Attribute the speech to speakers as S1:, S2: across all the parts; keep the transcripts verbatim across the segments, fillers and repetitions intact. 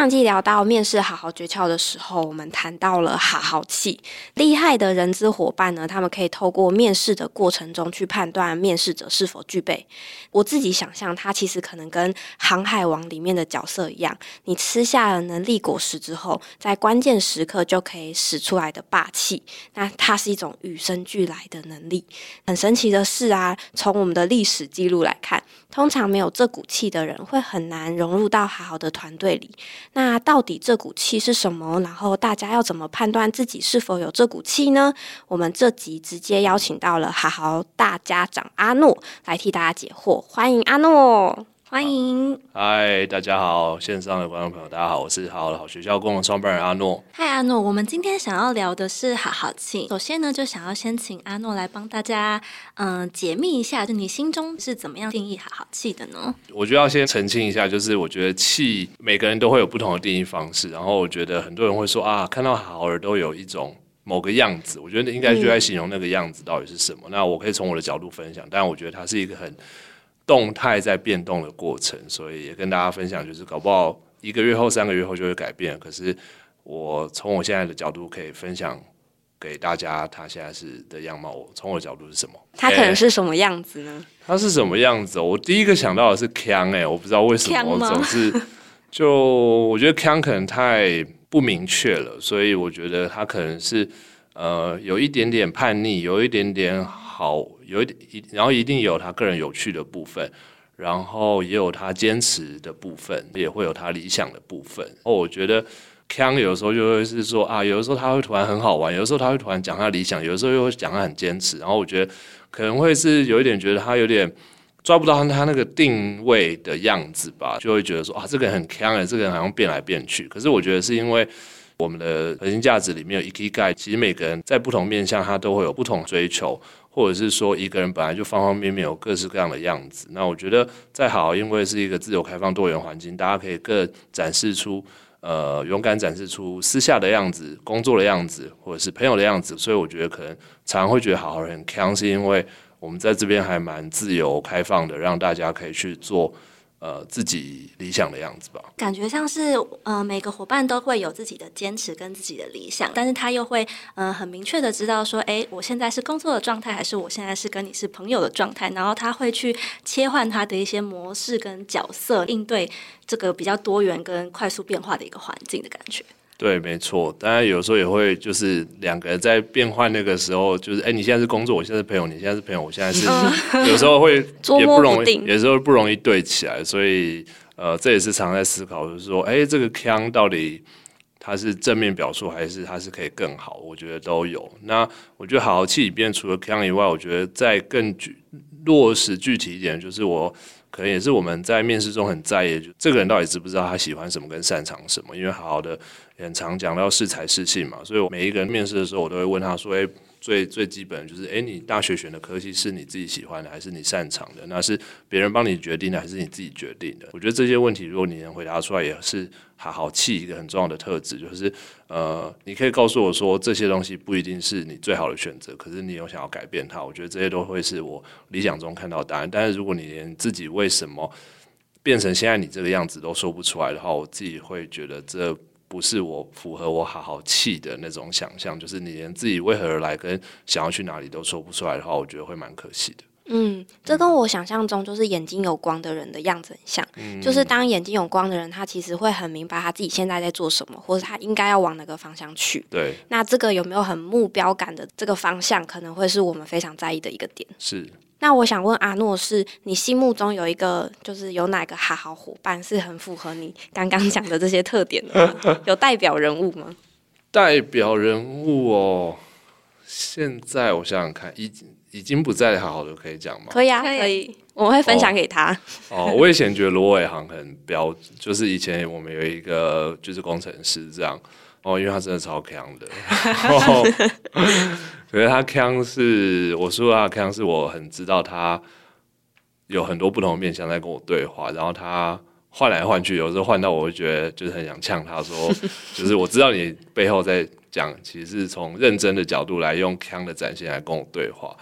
S1: 上一季聊到面试好好诀窍的时候，我们谈到了好好气。厉害的人资伙伴呢，他们可以透过面试的过程中去判断面试者是否具备。我自己想象，它其实可能跟航海王里面的角色一样，你吃下了能力果实之后，在关键时刻就可以使出来的霸气。那它是一种与生俱来的能力。很神奇的是啊，从我们的历史记录来看，通常没有这股气的人会很难融入到好好的团队里。那到底这股气是什么？然后大家要怎么判断自己是否有这股气呢？我们这集直接邀请到了好好大家长阿诺来替大家解惑，欢迎阿诺。欢迎，
S2: 嗨，大家好，线上的观众朋友，大家好，我是好好的好学校共同创办人阿诺。
S3: 嗨，阿诺，我们今天想要聊的是好好气。首先呢，就想要先请阿诺来帮大家，嗯、呃，解密一下，就你心中是怎么样定义好好气的呢？
S2: 我觉得要先澄清一下，就是我觉得气每个人都会有不同的定义方式，然后我觉得很多人会说啊，看到好好的都有一种某个样子，我觉得应该就在形容那个样子到底是什么。嗯、那我可以从我的角度分享，但我觉得它是一个很动态在变动的过程，所以也跟大家分享，就是搞不好一个月后、三个月后就会改变。可是我从我现在的角度可以分享给大家，他现在是的样貌。我从我的角度是什么？
S1: 他可能是什么样子呢？
S2: 他、欸、是什么样子？我第一个想到的是鏘，哎，我不知道为什么我总是就我觉得鏘可能太不明确了，所以我觉得他可能是呃有一点点叛逆，有一点点好。有一点，然后一定有他个人有趣的部分，然后也有他坚持的部分，也会有他理想的部分。哦，我觉得鏘有的时候就会是说啊，有的时候他会突然很好玩，有的时候他会突然讲他理想，有的时候又会讲他很坚持。然后我觉得可能会是有一点觉得他有点抓不到他那个定位的样子吧，就会觉得说啊，这个人很鏘的，这个人好像变来变去。可是我觉得是因为我们的核心价值里面有 Ikigai， 其实每个人在不同面向他都会有不同追求。或者是说一个人本来就方方面面有各式各样的样子，那我觉得再好，因为是一个自由开放多元环境，大家可以各展示出呃勇敢展示出私下的样子、工作的样子，或者是朋友的样子，所以我觉得可能常常会觉得好好人很鏘，是因为我们在这边还蛮自由开放的，让大家可以去做呃自己理想的样子吧。
S3: 感觉像是呃每个伙伴都会有自己的坚持跟自己的理想，但是他又会呃很明确的知道说，哎，我现在是工作的状态，还是我现在是跟你是朋友的状态，然后他会去切换他的一些模式跟角色，应对这个比较多元跟快速变化的一个环境的感觉。
S2: 对，没错。当然有时候也会就是两个人在变换那个时候，就是哎，你现在是工作，我现在是朋友，你现在是朋友，我现在是，有时候会也不容易，有时候不容易对起来，所以呃，这也是常在思考，就是说，哎，这个鏘到底它是正面表述，还是它是可以更好？我觉得都有。那我觉得好好气里边除了鏘以外，我觉得再更具落实具体一点，就是我。可能也是我们在面试中很在意，就这个人到底知不知道他喜欢什么跟擅长什么？因为好好的也很常讲到适才适性嘛，所以我每一个人面试的时候，我都会问他说：“哎，最最基本的就是，哎，你大学选的科系是你自己喜欢的，还是你擅长的？那是别人帮你决定的，还是你自己决定的？”我觉得这些问题，如果你能回答出来，也是好好气一个很重要的特质，就是呃，你可以告诉我说这些东西不一定是你最好的选择，可是你有想要改变它，我觉得这些都会是我理想中看到的答案。但是如果你连自己为什么变成现在你这个样子都说不出来的话，我自己会觉得这不是我符合我好好气的那种想象，就是你连自己为何而来跟想要去哪里都说不出来的话，我觉得会蛮可惜的。
S1: 嗯，这跟我想象中就是眼睛有光的人的样子很像、嗯、就是当眼睛有光的人，他其实会很明白他自己现在在做什么，或者他应该要往哪个方向去。
S2: 对，
S1: 那这个有没有很目标感的这个方向，可能会是我们非常在意的一个点。
S2: 是。
S1: 那我想问阿诺，是你心目中有一个，就是有哪个好好伙伴是很符合你刚刚讲的这些特点的吗？有代表人物吗？
S2: 代表人物哦，现在我想想看，已经已经不在好好的可以讲吗？
S1: 可以啊，可以，我会分享给他。
S2: 哦，哦我以前觉得罗伟航很标，就是以前我们有一个就是工程师这样，哦，因为他真的超强的。哦可是他鏘是我说他鏘是我很知道他有很多不同的面向在跟我对话，然后他换来换去，有时候换到我会觉得就是很想呛他说，就是我知道你背后在讲，其实是从认真的角度来用鏘的展现来跟我对话。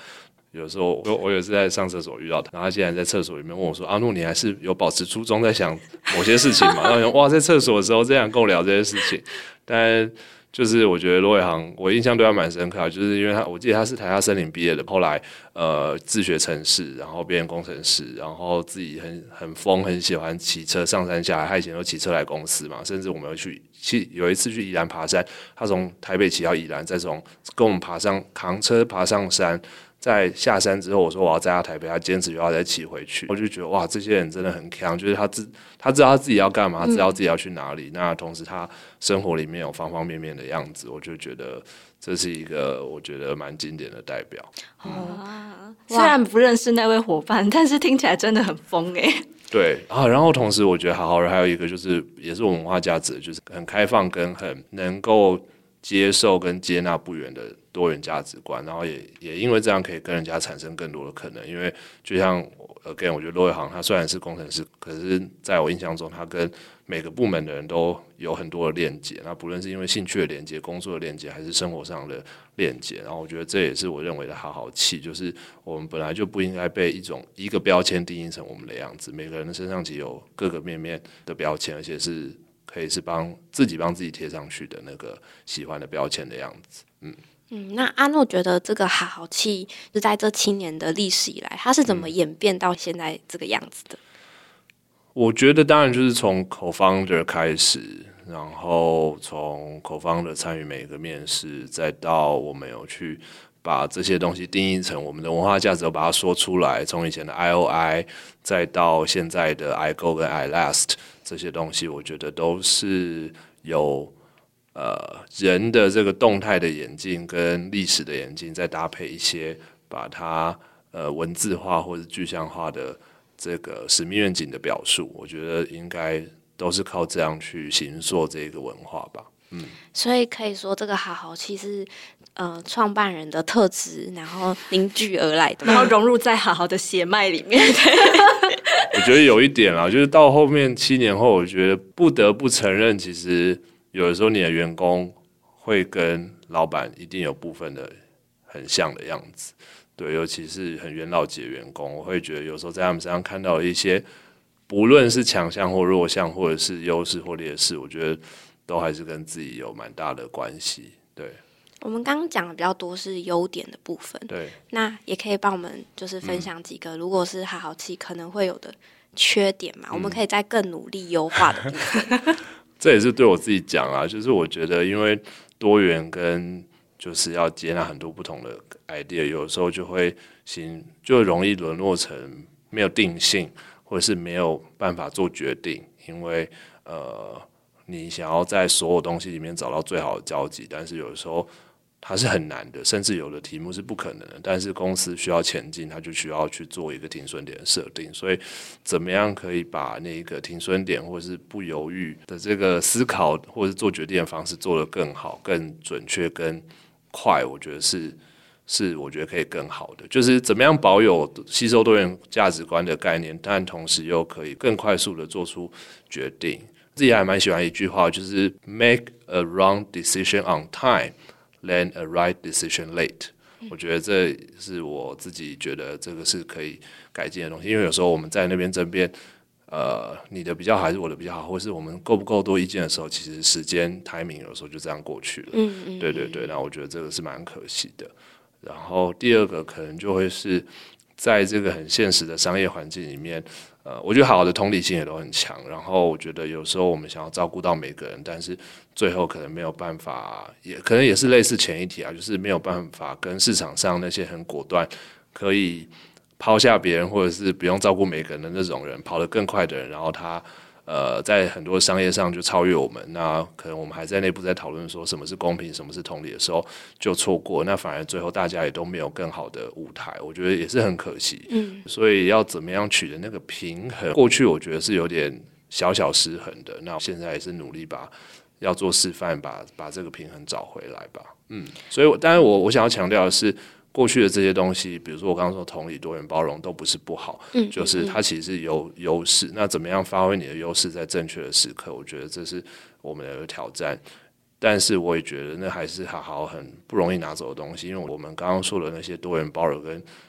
S2: 有时候我我也是在上厕所遇到他，然后他竟然在厕所里面问我说：“阿诺，你还是有保持初衷在想某些事情嘛？”然后想哇，在厕所的时候这样跟我聊这些事情，但就是我觉得罗伟航，我印象对他蛮深刻，就是因为他我记得他是台大森林毕业的，后来呃自学程式，然后变成工程师，然后自己很很疯，很喜欢骑车上山下海。他以前都骑车来公司嘛，甚至我们有去去有一次去宜兰爬山，他从台北骑到宜兰，再从跟我们爬上扛车爬上山。在下山之后，我说我要载他台北，他坚持又要再骑回去，我就觉得哇，这些人真的很强，就是他自他知道他自己要干嘛，他知道自己要去哪里。嗯、那同时他生活里面有方方面面的样子，我就觉得这是一个我觉得蛮经典的代表。
S3: 哦，虽然不认识那位伙伴，但是听起来真的很疯哎。
S2: 对啊，然后同时我觉得好好人还有一个就是也是我们文化价值，就是很开放跟很能够接受跟接纳不远的多元价值观，然后也也因为这样可以跟人家产生更多的可能。因为就像 again， 我觉得罗伟航他虽然是工程师，可是在我印象中，他跟每个部门的人都有很多的链接。那不论是因为兴趣的连接、工作的连接，还是生活上的链接，然后我觉得这也是我认为的好好气，就是我们本来就不应该被一种一个标签定义成我们的样子。每个人的身上其实有各个面面的标签，而且是可以是帮自己帮自己贴上去的那个喜欢的标签的样子。嗯
S1: 嗯，那阿诺觉得这个好好气就在这七年的历史以来，它是怎么演变到现在这个样子的？
S2: 我觉得当然就是从 co-founder 开始，然后从 co-founder 参与每个面试，再到我们有去把这些东西定义成我们的文化价值，把它说出来。从以前的 I O I， 再到现在的 I Go 跟 I Last 这些东西，我觉得都是有呃人的这个动态的演进跟历史的演进，再搭配一些把它呃文字化或者具象化的这个使命愿景的表述，我觉得应该都是靠这样去形塑这个文化吧。嗯，
S1: 所以可以说这个好好气是呃创办人的特质，然后凝聚而来的，
S3: 然后融入在好好的血脉里面。
S2: 我觉得有一点啦，就是到后面七年后，我觉得不得不承认，其实有的时候你的员工会跟老板一定有部分的很像的样子。对，尤其是很元老级的员工，我会觉得有时候在他们身上看到一些，不论是强项或弱项，或者是优势或劣势，我觉得都还是跟自己有蛮大的关系。对，
S1: 我们刚刚讲的比较多是优点的部分，
S2: 对，
S1: 那也可以帮我们就是分享几个，嗯、如果是好好气可能会有的缺点嘛，嗯、我们可以再更努力优化的部分。
S2: 这也是对我自己讲啊，就是我觉得因为多元跟就是要接纳很多不同的 idea， 有时候就会行就容易沦落成没有定性，或者是没有办法做决定，因为呃，你想要在所有东西里面找到最好的交集，但是有的时候它是很难的，甚至有的题目是不可能的。但是公司需要前进，它就需要去做一个停损点的设定。所以，怎么样可以把那个停损点或者是不犹豫的这个思考或者是做决定的方式做得更好、更准确、更快，我觉得是是我觉得可以更好的，就是怎么样保有吸收多元价值观的概念，但同时又可以更快速的做出决定。自己还蛮喜欢一句话，就是 make a wrong decision on time, then a right decision late。我觉得这是我自己觉得这个是可以改进的东西，因为有时候我们在那边争辩。呃，你的比较好还是我的比较好，或是我们够不够多意见的时候，其实时间 timing 有时候就这样过去了。
S1: 嗯嗯，
S2: 对对对，那我觉得这个是蛮可惜的。然后第二个可能就会是在这个很现实的商业环境里面，呃，我觉得好的同理心也都很强。然后我觉得有时候我们想要照顾到每个人，但是最后可能没有办法，也可能也是类似前一题啊，就是没有办法跟市场上那些很果断可以抛下别人或者是不用照顾每个人的那种人，跑得更快的人，然后他呃在很多商业上就超越我们，那可能我们还在内部在讨论说什么是公平什么是同理的时候就错过，那反而最后大家也都没有更好的舞台，我觉得也是很可惜。嗯，所以要怎么样取得那个平衡，过去我觉得是有点小小失衡的，那现在也是努力把要做示范，把把这个平衡找回来吧。嗯，所以当然我我想要强调的是，过去的这些东西，比如说我刚刚说同理、多元、包容，都不是不好，嗯，就是它其实是有优势。那怎么样发挥你的优势，在正确的时刻，我觉得这是我们的挑战。但是我也觉得那还是好好很不容易拿走的东西，因为我们刚刚说的那些多元、包容跟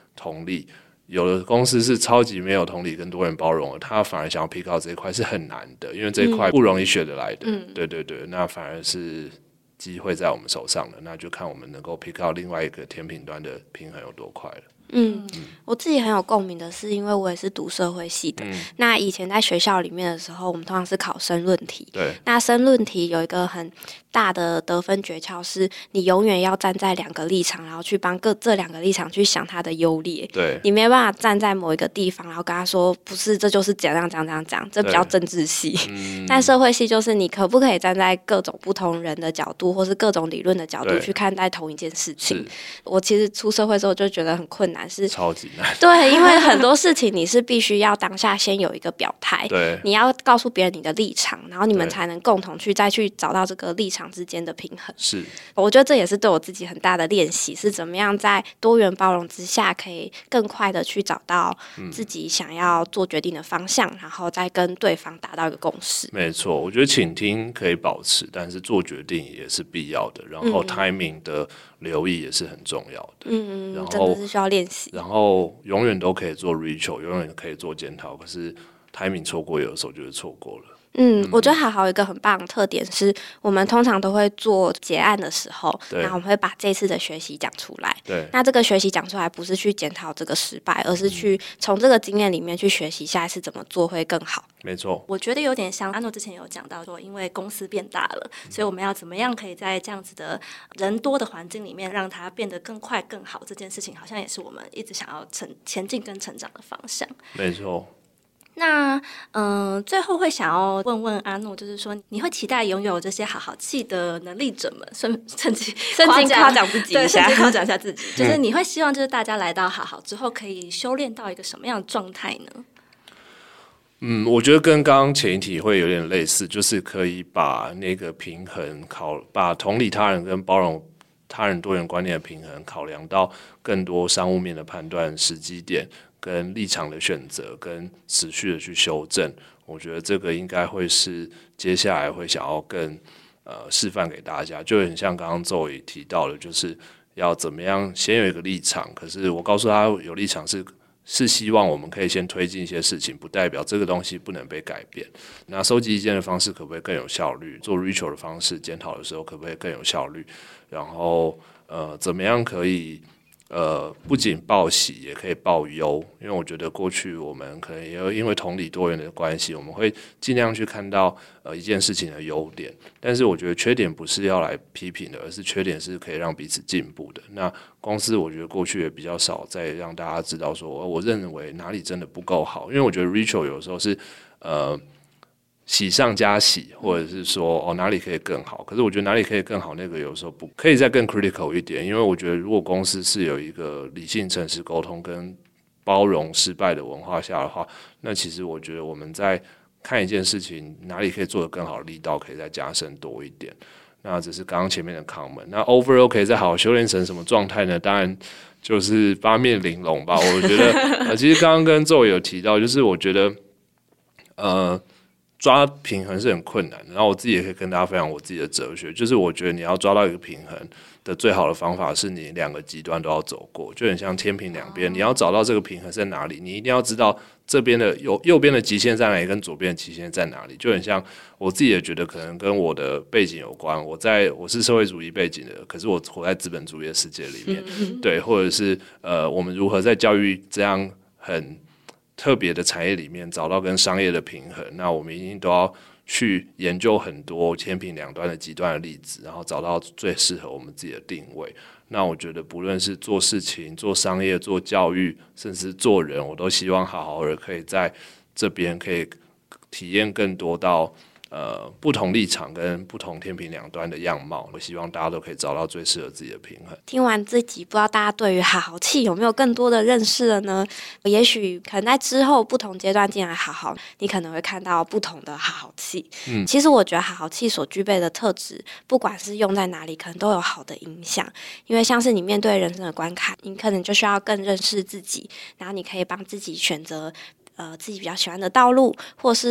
S2: 同理。有的公司是超级没有同理跟多元包容的，他反而想要 pick out 这一块是很难的，因为这一块不容易学得来的。嗯、对对对，那反而是机会在我们手上了，那就看我们能够 pick out 另外一个甜品端的平衡有多快了。
S1: 嗯，我自己很有共鸣的是，因为我也是读社会系的。嗯、那以前在学校里面的时候，我们通常是考申论题。
S2: 对。
S1: 那申论题有一个很大的得分诀窍，是你永远要站在两个立场，然后去帮各这两个立场去想它的优劣。
S2: 对。
S1: 你没办法站在某一个地方，然后跟他说不是，这就是怎样怎样怎样讲，这比较政治系。嗯、但社会系就是你可不可以站在各种不同人的角度，或是各种理论的角度去看待同一件事情。我其实出社会之后就觉得很困难。是
S2: 超级难，
S1: 对，因为很多事情你是必须要当下先有一个表态，
S2: 对，
S1: 你要告诉别人你的立场，然后你们才能共同去再去找到这个立场之间的平衡。
S2: 是，
S1: 我觉得这也是对我自己很大的练习，是怎么样在多元包容之下，可以更快的去找到自己想要做决定的方向，嗯、然后再跟对方达到一个共识。
S2: 没错，我觉得倾听可以保持，但是做决定也是必要的，然后 timing 的留意也是很重要的。
S1: 嗯，然后真的是需要练习。
S2: 然后永远都可以做 retro， 永远可以做检讨，可是 timing 错过，有的时候就是错过了。
S1: 嗯，我觉得好好一个很棒的特点是，我们通常都会做结案的时候，然后我们会把这次的学习讲出来。
S2: 对，
S1: 那这个学习讲出来，不是去检讨这个失败，而是去从这个经验里面去学习下一次怎么做会更好。
S2: 没错，
S3: 我觉得有点像安诺之前有讲到说，因为公司变大了，所以我们要怎么样可以在这样子的人多的环境里面，让它变得更快更好。这件事情好像也是我们一直想要成前进跟成长的方向。
S2: 没错。
S3: 那嗯、呃，最后会想要问问阿诺，就是说，你会期待拥有这些好好气的能力者们，甚甚至
S1: 夸奖奖自己一下，
S3: 对，夸奖一下自己，就是你会希望，就是大家来到好好之后，可以修炼到一个什么样的状态呢？
S2: 嗯，我觉得跟刚刚前一题会有点类似，就是可以把那个平衡考，把同理他人跟包容他人多元观念的平衡考量到更多商务面的判断时机点。跟立场的选择，跟持续的去修正，我觉得这个应该会是接下来会想要更呃示范给大家，就很像刚刚周也提到的，就是要怎么样先有一个立场，可是我告诉他有立场是是希望我们可以先推进一些事情，不代表这个东西不能被改变。那收集意见的方式可不可以更有效率？做 retro 的方式检讨的时候可不可以更有效率？然后呃怎么样可以？呃，不仅报喜，也可以报忧，因为我觉得过去我们可能也有因为同理多元的关系，我们会尽量去看到呃一件事情的优点，但是我觉得缺点不是要来批评的，而是缺点是可以让彼此进步的。那公司我觉得过去也比较少再让大家知道说，我认为哪里真的不够好，因为我觉得 retro 有时候是呃。喜上加喜，或者是说哦哪里可以更好，可是我觉得哪里可以更好，那个有时候不可以再更 critical 一点，因为我觉得如果公司是有一个理性、诚实沟通跟包容失败的文化下的话，那其实我觉得我们在看一件事情哪里可以做得更好的力道可以再加深多一点。那只是刚刚前面的 comment， 那 overall 可以再好好修炼成什么状态呢？当然就是八面玲珑吧。我觉得呃，其实刚刚跟周有提到，就是我觉得呃。抓平衡是很困难的，然后我自己也可以跟大家分享我自己的哲学，就是我觉得你要抓到一个平衡的最好的方法是你两个极端都要走过，就很像天平两边，你要找到这个平衡在哪里，你一定要知道这边的右右边的极限在哪里，跟左边的极限在哪里，就很像我自己也觉得可能跟我的背景有关，我在我是社会主义背景的，可是我活在资本主义的世界里面，对，或者是呃我们如何在教育这样很特别的产业里面找到跟商业的平衡，那我们一定都要去研究很多天平两端的极端的例子，然后找到最适合我们自己的定位。那我觉得不论是做事情、做商业、做教育，甚至做人，我都希望好好的可以在这边可以体验更多到呃不同立场跟不同天平两端的样貌。我希望大家都可以找到最适合自己的平衡。
S1: 听完这集，不知道大家对于好好气有没有更多的认识了呢？也许可能在之后不同阶段进来好好，你可能会看到不同的好好气。嗯，其实我觉得好好气所具备的特质，不管是用在哪里，可能都有好的影响。因为像是你面对人生的关卡，你可能就需要更认识自己，然后你可以帮自己选择呃，自己比较喜欢的道路，或是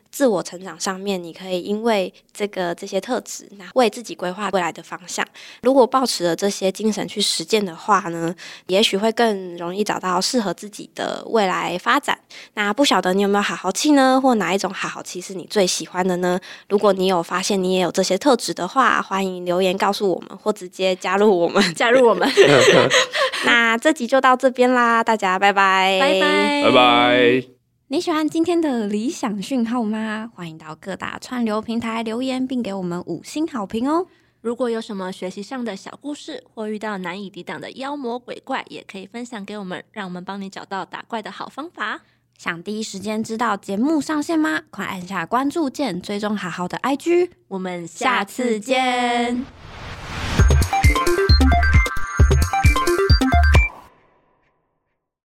S1: 自我成长上面，你可以因为这个这些特质，那为自己规划未来的方向。如果抱持了这些精神去实践的话呢，也许会更容易找到适合自己的未来发展。那不晓得你有没有好好气呢？或哪一种好好气是你最喜欢的呢？如果你有发现你也有这些特质的话，欢迎留言告诉我们，或直接加入我们，
S3: 加入我们。
S1: 那这集就到这边啦，大家拜拜，
S3: 拜拜，
S2: 拜拜。
S1: 你喜欢今天的理想讯号吗？欢迎到各大串流平台留言，并给我们五星好评哦。
S3: 如果有什么学习上的小故事，或遇到难以抵挡的妖魔鬼怪，也可以分享给我们，让我们帮你找到打怪的好方法。
S1: 想第一时间知道节目上线吗？快按下关注键，追踪好好的 I G。
S3: 我们下次见。